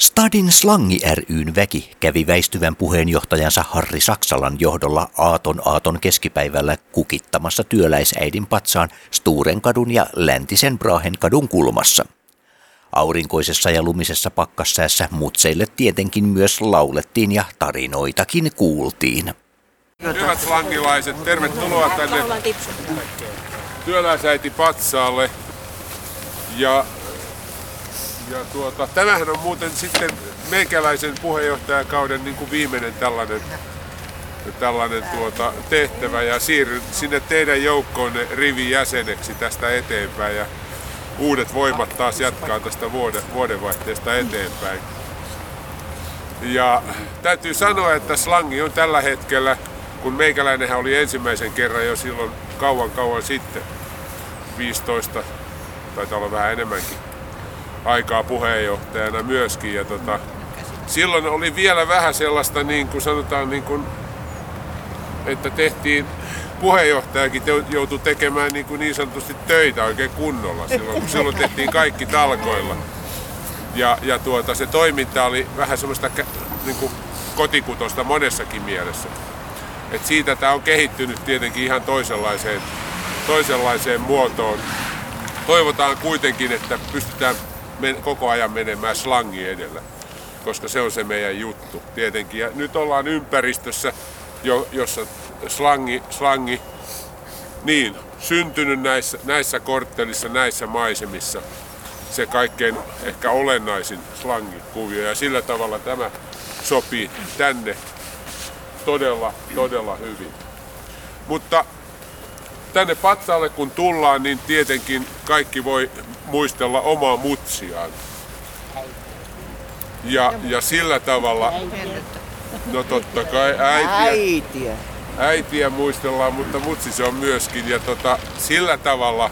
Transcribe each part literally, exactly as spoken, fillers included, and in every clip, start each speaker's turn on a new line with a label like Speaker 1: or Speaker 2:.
Speaker 1: Stadin Slangi ry:n väki kävi väistyvän puheenjohtajansa Harri Saksalan johdolla aaton aaton keskipäivällä kukittamassa työläisäidin patsaan Sturenkadun ja läntisen Brahenkadun kulmassa. Aurinkoisessa ja lumisessa pakkassäässä mutseille tietenkin myös laulettiin ja tarinoitakin kuultiin.
Speaker 2: Hyvät slangilaiset, tervetuloa tänne työläisäiti patsaalle. Ja, ja tuota, tämähän on muuten sitten meikäläisen puheenjohtajakauden niin kuin viimeinen tällainen, tällainen tuota, tehtävä. Ja siirryn sinne teidän joukkoonne rivin jäseneksi tästä eteenpäin. Ja uudet voimat taas jatkaa tästä vuoden, vuodenvaihteesta eteenpäin. Ja täytyy sanoa, että slangi on tällä hetkellä, kun meikäläinenhän oli ensimmäisen kerran jo silloin kauan kauan sitten, viisitoista, taitaa olla vähän enemmänkin aikaa puheenjohtajana myöskin. Ja tota, silloin oli vielä vähän sellaista, niin kuin sanotaan, niin kuin, että tehtiin, puheenjohtajakin joutui tekemään niin, kuin niin sanotusti töitä oikein kunnolla silloin, kun silloin tehtiin kaikki talkoilla. Ja, ja tuota, se toiminta oli vähän semmoista niin kuin kotikutosta monessakin mielessä. Et siitä tämä on kehittynyt tietenkin ihan toisenlaiseen, toisenlaiseen muotoon. Toivotaan kuitenkin, että pystytään men- koko ajan menemään slangi edellä, koska se on se meidän juttu tietenkin. Ja nyt ollaan ympäristössä, jo, jossa slangi, slangi niin, syntynyt näissä, näissä korttelissa, näissä maisemissa. Se kaikkein ehkä olennaisin slangikuvio ja sillä tavalla tämä sopii tänne todella, todella hyvin. Mutta tänne patsaalle kun tullaan, niin tietenkin kaikki voi muistella omaa mutsiaan. Ja, ja sillä tavalla, no totta kai äitiä, äitiä muistellaan, mutta mutsi se on myöskin. Ja tota, sillä tavalla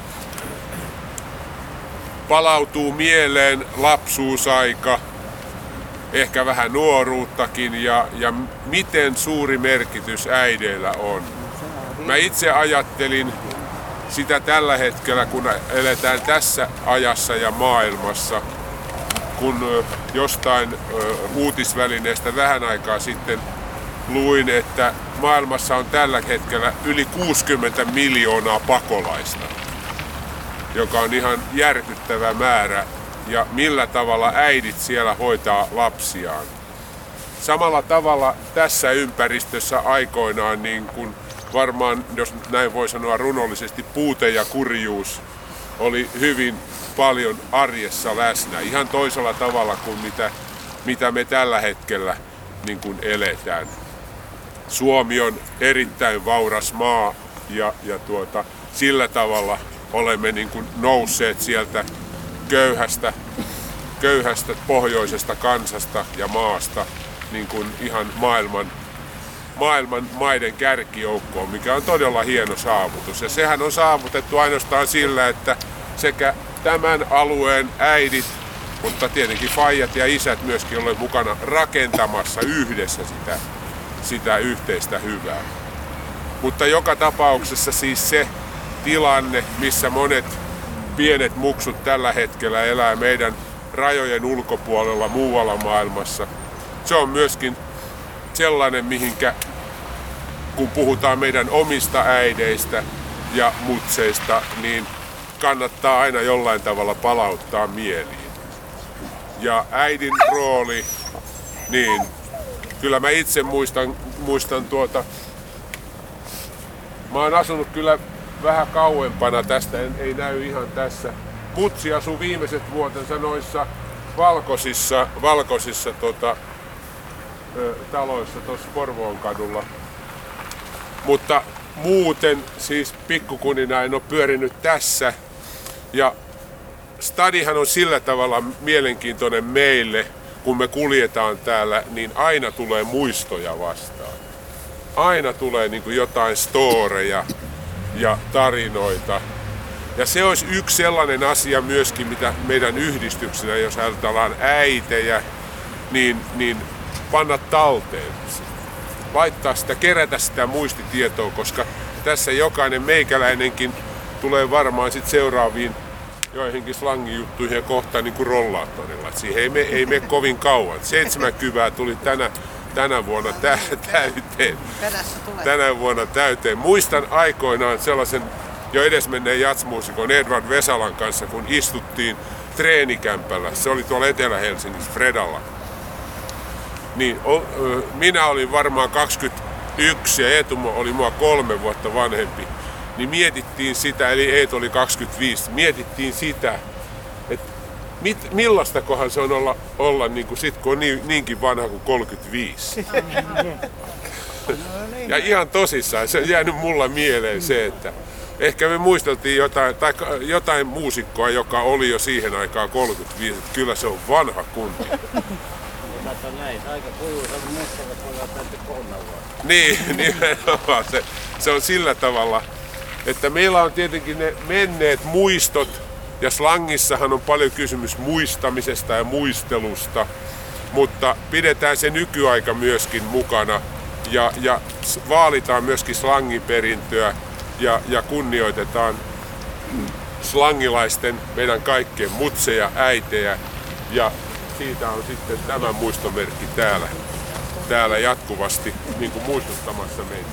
Speaker 2: palautuu mieleen lapsuusaika, ehkä vähän nuoruuttakin ja, ja miten suuri merkitys äideillä on. Mä itse ajattelin sitä tällä hetkellä, kun eletään tässä ajassa ja maailmassa, kun jostain uutisvälineestä vähän aikaa sitten luin, että maailmassa on tällä hetkellä yli kuusikymmentä miljoonaa pakolaista, joka on ihan järkyttävä määrä, ja millä tavalla äidit siellä hoitaa lapsiaan. Samalla tavalla tässä ympäristössä aikoinaan, niin kuin varmaan, jos näin voi sanoa runollisesti, puute ja kurjuus oli hyvin paljon arjessa läsnä, ihan toisella tavalla kuin mitä, mitä me tällä hetkellä niin kuin eletään. Suomi on erittäin vauras maa ja, ja tuota, sillä tavalla olemme niin kuin nousseet sieltä köyhästä, köyhästä pohjoisesta kansasta ja maasta niin kuin ihan maailman, maailman maiden kärkijoukkoon, mikä on todella hieno saavutus. Ja sehän on saavutettu ainoastaan sillä, että sekä tämän alueen äidit, mutta tietenkin faijat ja isät myöskin olleet mukana rakentamassa yhdessä sitä, sitä yhteistä hyvää. Mutta joka tapauksessa siis se tilanne, missä monet pienet muksut tällä hetkellä elää meidän rajojen ulkopuolella muualla maailmassa, se on myöskin sellainen, mihinkä kun puhutaan meidän omista äideistä ja mutseista, niin kannattaa aina jollain tavalla palauttaa mieliin. Ja äidin rooli, niin kyllä mä itse muistan, muistan tuota, mä oon asunut kyllä vähän kauempana tästä, en, ei näy ihan tässä. Mutsi asui viimeiset vuotensa noissa valkoisissa, valkoisissa tota, ö, taloissa tuossa Porvoon kadulla. Mutta muuten siis pikkukunina en ole pyörinyt tässä. Ja stadihan on sillä tavalla mielenkiintoinen meille, kun me kuljetaan täällä, niin aina tulee muistoja vastaan. Aina tulee niin kuin jotain storeja ja tarinoita. Ja se olisi yksi sellainen asia myöskin, mitä meidän yhdistyksenä, jos ajatellaan äitejä, niin, niin panna talteen. Laittaa sitä, kerätä sitä muistitietoa, koska tässä jokainen meikäläinenkin tulee varmaan sit seuraaviin joihinkin slangijuttuihin ja kohta niin kuin rollaattorilla. Siihen ei mene, ei mene kovin kauan. Seitsemänkymmentä tuli tänä, tänä vuonna tä, täyteen. Tänä vuonna täyteen. Muistan aikoinaan sellaisen jo edesmenneen jatsmuusikon Edvard Vesalan kanssa, kun istuttiin treenikämpällä. Se oli tuolla Etelä-Helsingissä Fredalla. Niin, o, minä olin varmaan kaksikymmentäyksi ja Eetu oli mua kolme vuotta vanhempi. Niin mietittiin sitä, eli Eetu oli kaksikymmentäviisi, mietittiin sitä, että mit, millaistakohan se on olla, olla niin kuin sit, kun on niin, niinkin vanha kuin kolmekymmentäviisi. Ja ihan tosissaan, se on jäänyt mulla mieleen se, että ehkä me muisteltiin jotain, tai jotain muusikkoa, joka oli jo siihen aikaan kolmekymmentäviisi, että kyllä se on vanha kunti.
Speaker 3: Aika kuuluisa, mutta muistavat voi olla täytyy kolme vuotta.
Speaker 2: Niin, nimenomaan. Se, se on sillä tavalla, että meillä on tietenkin ne menneet muistot, ja slangissahan on paljon kysymys muistamisesta ja muistelusta, mutta pidetään se nykyaika myöskin mukana ja, ja vaalitaan myöskin slangiperintöä ja, ja kunnioitetaan slangilaisten, meidän kaikkien mutseja, äitejä, ja siitä on sitten tämä muistomerkki täällä, täällä jatkuvasti niin kuin muistuttamassa meitä.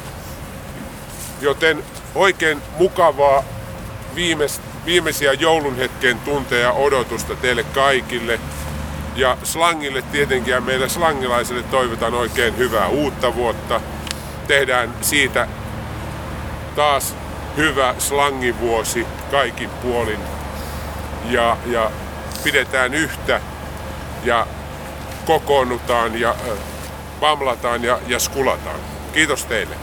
Speaker 2: Joten oikein mukavaa viimeis, viimeisiä joulunhetken tunteja odotusta teille kaikille. Ja slangille tietenkin ja meille slangilaisille toivotan oikein hyvää uutta vuotta. Tehdään siitä taas hyvä slangivuosi kaikin puolin. Ja, ja pidetään yhtä ja kokoonnutaan ja äh, pamlataan ja, ja skulataan. Kiitos teille.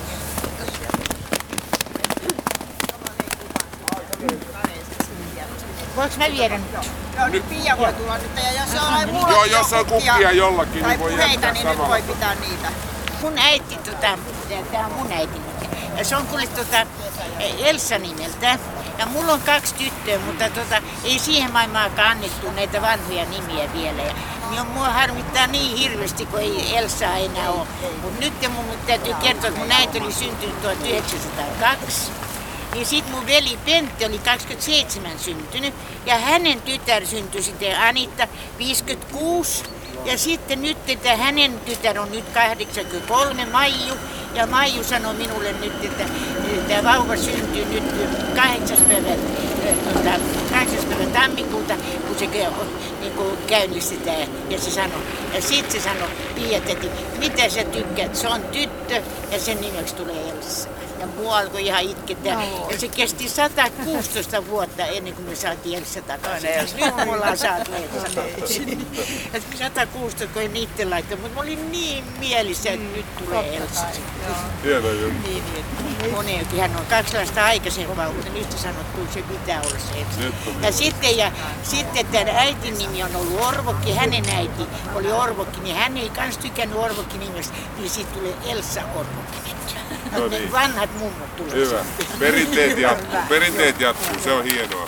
Speaker 4: Voinko mä viedä nyt?
Speaker 5: Joo, nyt Pia voi tulla nyt. Ja jos on mulla
Speaker 2: Joo, jos on kukkia jollakin,
Speaker 5: tai
Speaker 2: niin voi
Speaker 5: puheita,
Speaker 2: jättää
Speaker 5: niin nyt
Speaker 2: samalla.
Speaker 5: voi pitää niitä.
Speaker 4: Mun äiti, tota, tää on mun äiti nyt. Ja se on kuule tota, Elsa nimeltä. Ja mulla on kaksi tyttöä, mutta tota, ei siihen maailmaan annettu näitä vanhoja nimiä vielä. Ja niin mua harmittaa niin hirveästi, kun ei Elsaa enää ole. Mut nyt mun täytyy kertoa, että mun äiti oli syntynyt tuhatyhdeksänsataakaksi. Niin sit mun veli Pentti oli kaksikymmentäseitsemän syntynyt ja hänen tytär syntyi sitten Anitta viisikymmentäkuusi. Ja sitten nyt, että hänen tytär on nyt kahdeksankymmentäkolme, Maiju. Ja Maiju sanoi minulle nyt, että tämä vauva syntyy nyt kahdeksas päivä, tuota, kahdeksas päivä tammikuuta, kun se niin kuin käynnistetään. Ja se sanoi, ja sitten se sanoi, Pia, mitä sä tykkäät, se on tyttö ja sen nimeksi tulee Elsa. Ja mua alkoi ihan itketään. Ja se kesti sata kuusitoista vuotta ennen kuin me saatiin Elsa takaisin. Nyt me ollaan saatu Elsa takaisin. sata kuusitoista, kun en itse laittanut, mutta mä olin niin mielissä, että nyt tulee Elsa.
Speaker 2: Hieno juttu.
Speaker 4: Niin, niin. Monelkin hän on kaksilaista aikaisempaa, mutta nyt se sanoo, että kyllä se pitää olla se Elsa. Ja sitten, ja sitten tämän äitin nimi on ollut Orvokki, hänen äiti oli Orvokki, niin hän ei kans tykännyt Orvokki nimestä, niin siitä tulee Elsa Orvokki.
Speaker 2: No niin.
Speaker 4: Ne vanhat mummot tulee.
Speaker 2: Hyvä. Perinteet jatkuu. Perinteet jatkuu. Se on hienoa.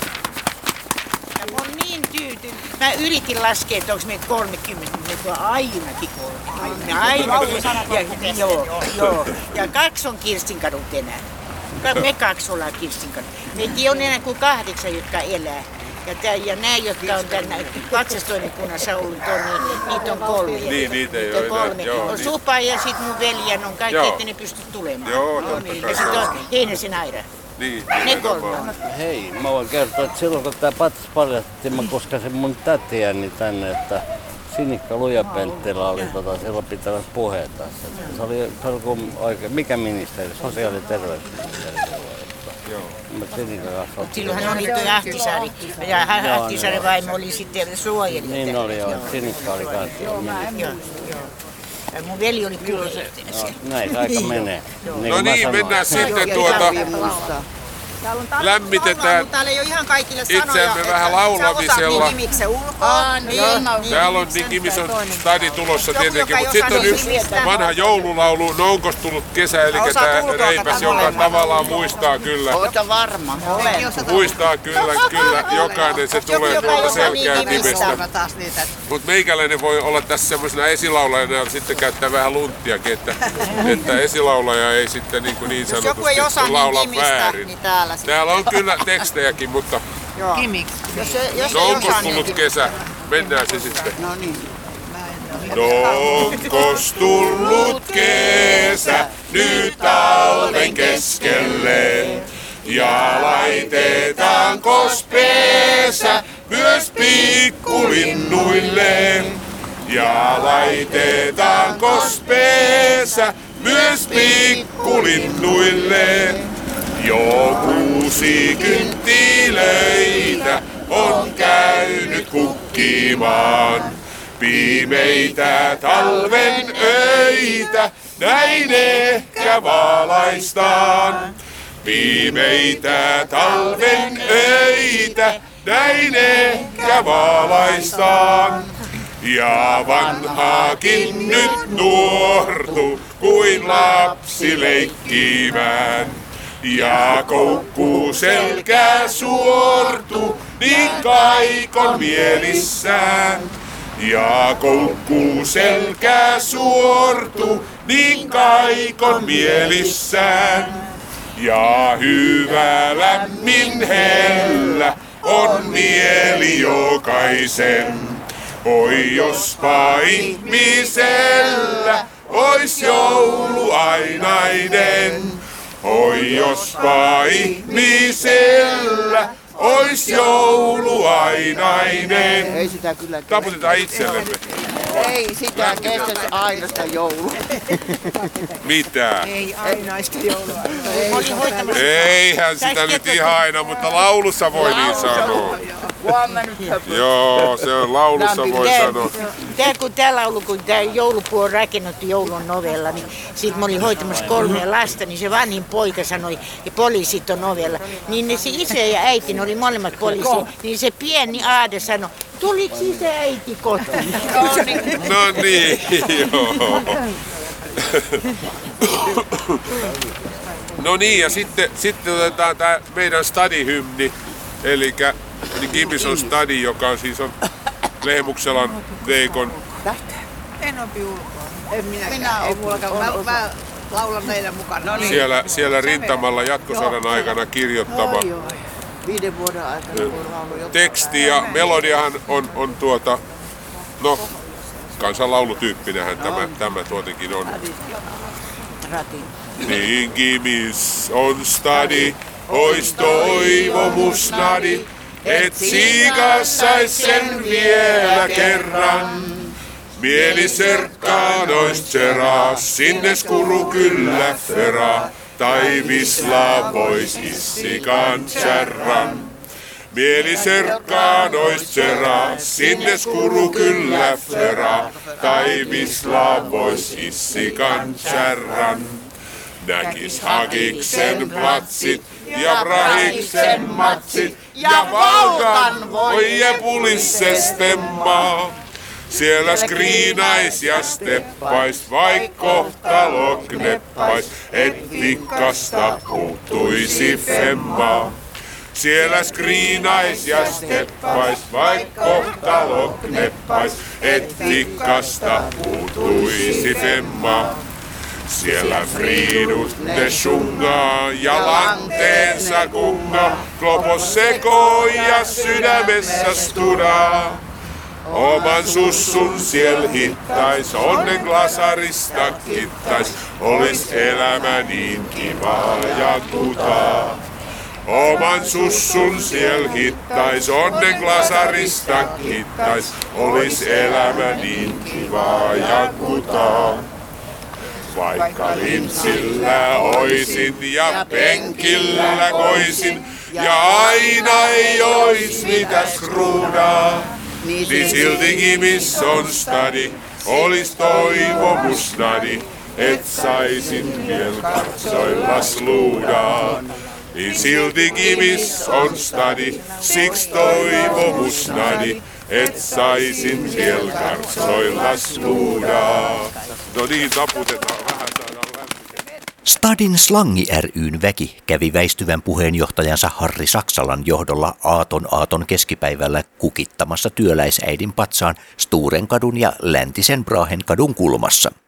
Speaker 4: Ja mä oon niin tyytynyt. Mä yritin laskea, että onko meitä kolmekymmentä, mutta ainakin kolmekymmentä. Ainakin. Ja, joo, joo. Ja kaksi on Kirstinkadun enää. Me kaksi ollaan Kirstinkadun. Meitä on enää kuin kahdeksan, jotka elää. Ja, tää, ja nämä, jotka on tänne vatsastoimikunnassa ollut, on, niin niitä on kolme.
Speaker 2: Niin, niitä ei
Speaker 4: niitä
Speaker 2: ole
Speaker 4: on
Speaker 2: enää.
Speaker 4: kolme.
Speaker 2: Joo,
Speaker 4: On
Speaker 2: niin.
Speaker 4: Supa ja sitten mun veljän on kaikki,
Speaker 2: Joo.
Speaker 4: että ne pysty tulemaan.
Speaker 2: Joo, totta kai.
Speaker 4: Ja sitten on Heinäsen Aira.
Speaker 2: Niin,
Speaker 4: Ne kolme.
Speaker 2: nimenomaan.
Speaker 3: Hei, mä voin kertoa, että silloin kun tää patsas paljastettiin, mä koskasin mun tätiäni tänne, että Sinikka Lujapelttilä oli tota, silloin pitämässä puheita. Se oli, se oli kuin oikein, mikä ministeri? Sosiaali- ja terveysministeri.
Speaker 2: Joo.
Speaker 3: Mutta Sinikka kanssa otti.
Speaker 4: Silloin hän oli tuo Ahtisaari. Ja Ahtisaaren vaimo oli sitten suojelija.
Speaker 3: Niin oli joo, Sinikka oli kanssa.
Speaker 4: Joo, joo. Ja mun veli oli puheenjohtaja.
Speaker 3: Näin aika menee.
Speaker 2: No
Speaker 3: kuin mä
Speaker 2: niin,
Speaker 3: sanoin.
Speaker 2: mennään sitten tuota,
Speaker 5: Täällä on tarkoitus
Speaker 2: Lämmitetään
Speaker 5: laulaa, mutta täällä ei ole ihan kaikille sanoja.
Speaker 2: itseämme
Speaker 5: että
Speaker 2: vähän laulamisella.
Speaker 5: Sä osaat Nikimiksen ulkoa. Niin, niin.
Speaker 2: täällä on Nikimisen stadi tulossa
Speaker 5: Joku,
Speaker 2: tietenkin,
Speaker 5: joka
Speaker 2: mutta
Speaker 5: ei
Speaker 2: sitten on
Speaker 5: osaa
Speaker 2: yksi
Speaker 5: nimistä.
Speaker 2: vanha joululaulu, no onkos tullut kesä, eli
Speaker 5: Osaat
Speaker 2: tämä
Speaker 5: ulkoa
Speaker 2: Reipäs,
Speaker 5: tätä
Speaker 2: joka
Speaker 5: maailmaa.
Speaker 2: tavallaan muistaa kyllä.
Speaker 4: Oota varma.
Speaker 5: Olen.
Speaker 2: Muistaa kyllä, kyllä, jokainen se tulee
Speaker 5: joka
Speaker 2: tuolta
Speaker 5: ei osaa
Speaker 2: selkeän
Speaker 5: Nikimistä.
Speaker 2: nimestä. Mutta meikäläinen voi olla tässä semmoisena esilaulajana ja sitten käyttää vähän lunttiakin, että, että esilaulaja ei sitten niin, kuin niin
Speaker 5: Jos joku ei
Speaker 2: sanotusti
Speaker 5: osaa
Speaker 2: laula
Speaker 5: Nikimistä,
Speaker 2: väärin.
Speaker 5: niin täällä sitten.
Speaker 2: Täällä on kyllä tekstejäkin, mutta
Speaker 5: Joo.
Speaker 6: Kimiksi.
Speaker 5: Jos se, jos
Speaker 2: No
Speaker 5: se
Speaker 2: onko
Speaker 5: osaa,
Speaker 2: tullut
Speaker 5: niin...
Speaker 2: kesä? Mennään se sitten.
Speaker 5: No niin.
Speaker 2: No onkos tullut kesä nyt talven keskelle? Ja laitetaanko pesä myös pikkulinnuille? Ja laitetaanko pesä myös pikkulinnuille? Jo kuusi kynttilöitä on käynyt kukkimaan. Pimeitä talven öitä, näin ehkä valaistaan. Pimeitä talven öitä, näin ehkä valaistaan. Ja vanhaakin nyt nuortu kuin lapsi leikkimään. Ja koukku selkää suortu niin kaikon mielissään. Ja koukku selkää suortu niin kaikon mielissään. Ja hyvä lämmin hellä on mieli jokaisen. Oi jospa ihmisellä ois joulu ainainen. Oi jospa ihmisellä ois joulu ainainen.
Speaker 5: Ei sitä kyllä
Speaker 2: Taputetaan itsellemme.
Speaker 5: Ei sitä kestä aina sitä joulua.
Speaker 2: Mitä?
Speaker 6: Ei ainaista joulua.
Speaker 2: Eihän sitä nyt ihan aina, mutta laulussa voi niin sanoa.
Speaker 5: Huomenna nyt höpö.
Speaker 2: Joo, se on laulussa voi sanoa.
Speaker 4: Tää, kun tää laulu, kun tää joulupuu on rakennettu joulun novella, niin sit mä olin hoitamassa kolmea lasta, niin se vanhin poika sanoi, ja poliisit on ovella. Niin ne se isä ja äiti, ne oli molemmat poliisi, niin se pieni Aade sanoi, tuliko isä ja äiti kotiin?
Speaker 2: No niin, joo. No niin, ja sitten, sitten otetaan tää meidän stadihymni, eli niin Kimison stadi, joka siis on Lehmukselan Veikon.
Speaker 6: En opi ulkoa.
Speaker 5: En minäkään.
Speaker 6: Minä
Speaker 5: Ei
Speaker 6: olen
Speaker 5: mullakaan.
Speaker 6: mä, mä laulan meidän mukana. No niin.
Speaker 2: Siellä, siellä rintamalla jatkosodan aikana kirjoittama
Speaker 5: Oi, oi. Viiden vuoden aikana kun laulu jotain.
Speaker 2: teksti ja melodiahan on, on tuota, no kansanlaulutyyppinähän tämä, tämä tuotenkin on. Niin Kimis on stadi, ois toivomusnadi, et siikas sais sen vielä kerran. Mieli serkkaan ois tseraa, sinne skuru kyllä feraa, tai visla vois issikan tserran. Mieli serkkaan ois tseraa, sinne skuru kyllä feraa, tai visla vois issikan tserran. Näkis Hagiksen platsit ja Brahiksen matsit ja Valkan voi Epulissestemmaa. Siellä skriinais ja steppais, vaik kohtalo kneppais, et vikkasta puuttuisi femmaa. Siellä skriinais ja steppais, vaik kohtalo kneppais, et vikkasta puuttuisi femmaa. Siellä friidut ne shungaa ja lanteensa kungaa, klopos sekoo ja sydämessä studaa. Oman sussun siel hittais, onnen glasarista kittais, olis elämä niin kivaa ja kutaa. Oman sussun siel hittais, onnen glasarista kittais, olis elämä niin kivaa ja kutaa. Vaikka linssillä oisin ja penkillä koisin, ja aina ei ois mitä skruudaa, niin silti Kimis on stadi, olis toivomusnadi, et saisin viel katsoilla sluudaa. Niin silti Kimis on stadi, siks toivomusnadi, et saisin viel katsoilla sluudaa. No niin, taputetaan vähän, saadaan lämpimään.
Speaker 1: Stadin Slangi ry:n väki kävi väistyvän puheenjohtajansa Harri Saksalan johdolla aaton aaton keskipäivällä kukittamassa työläisäidin patsaan Sturenkadun ja läntisen Brahenkadun kulmassa.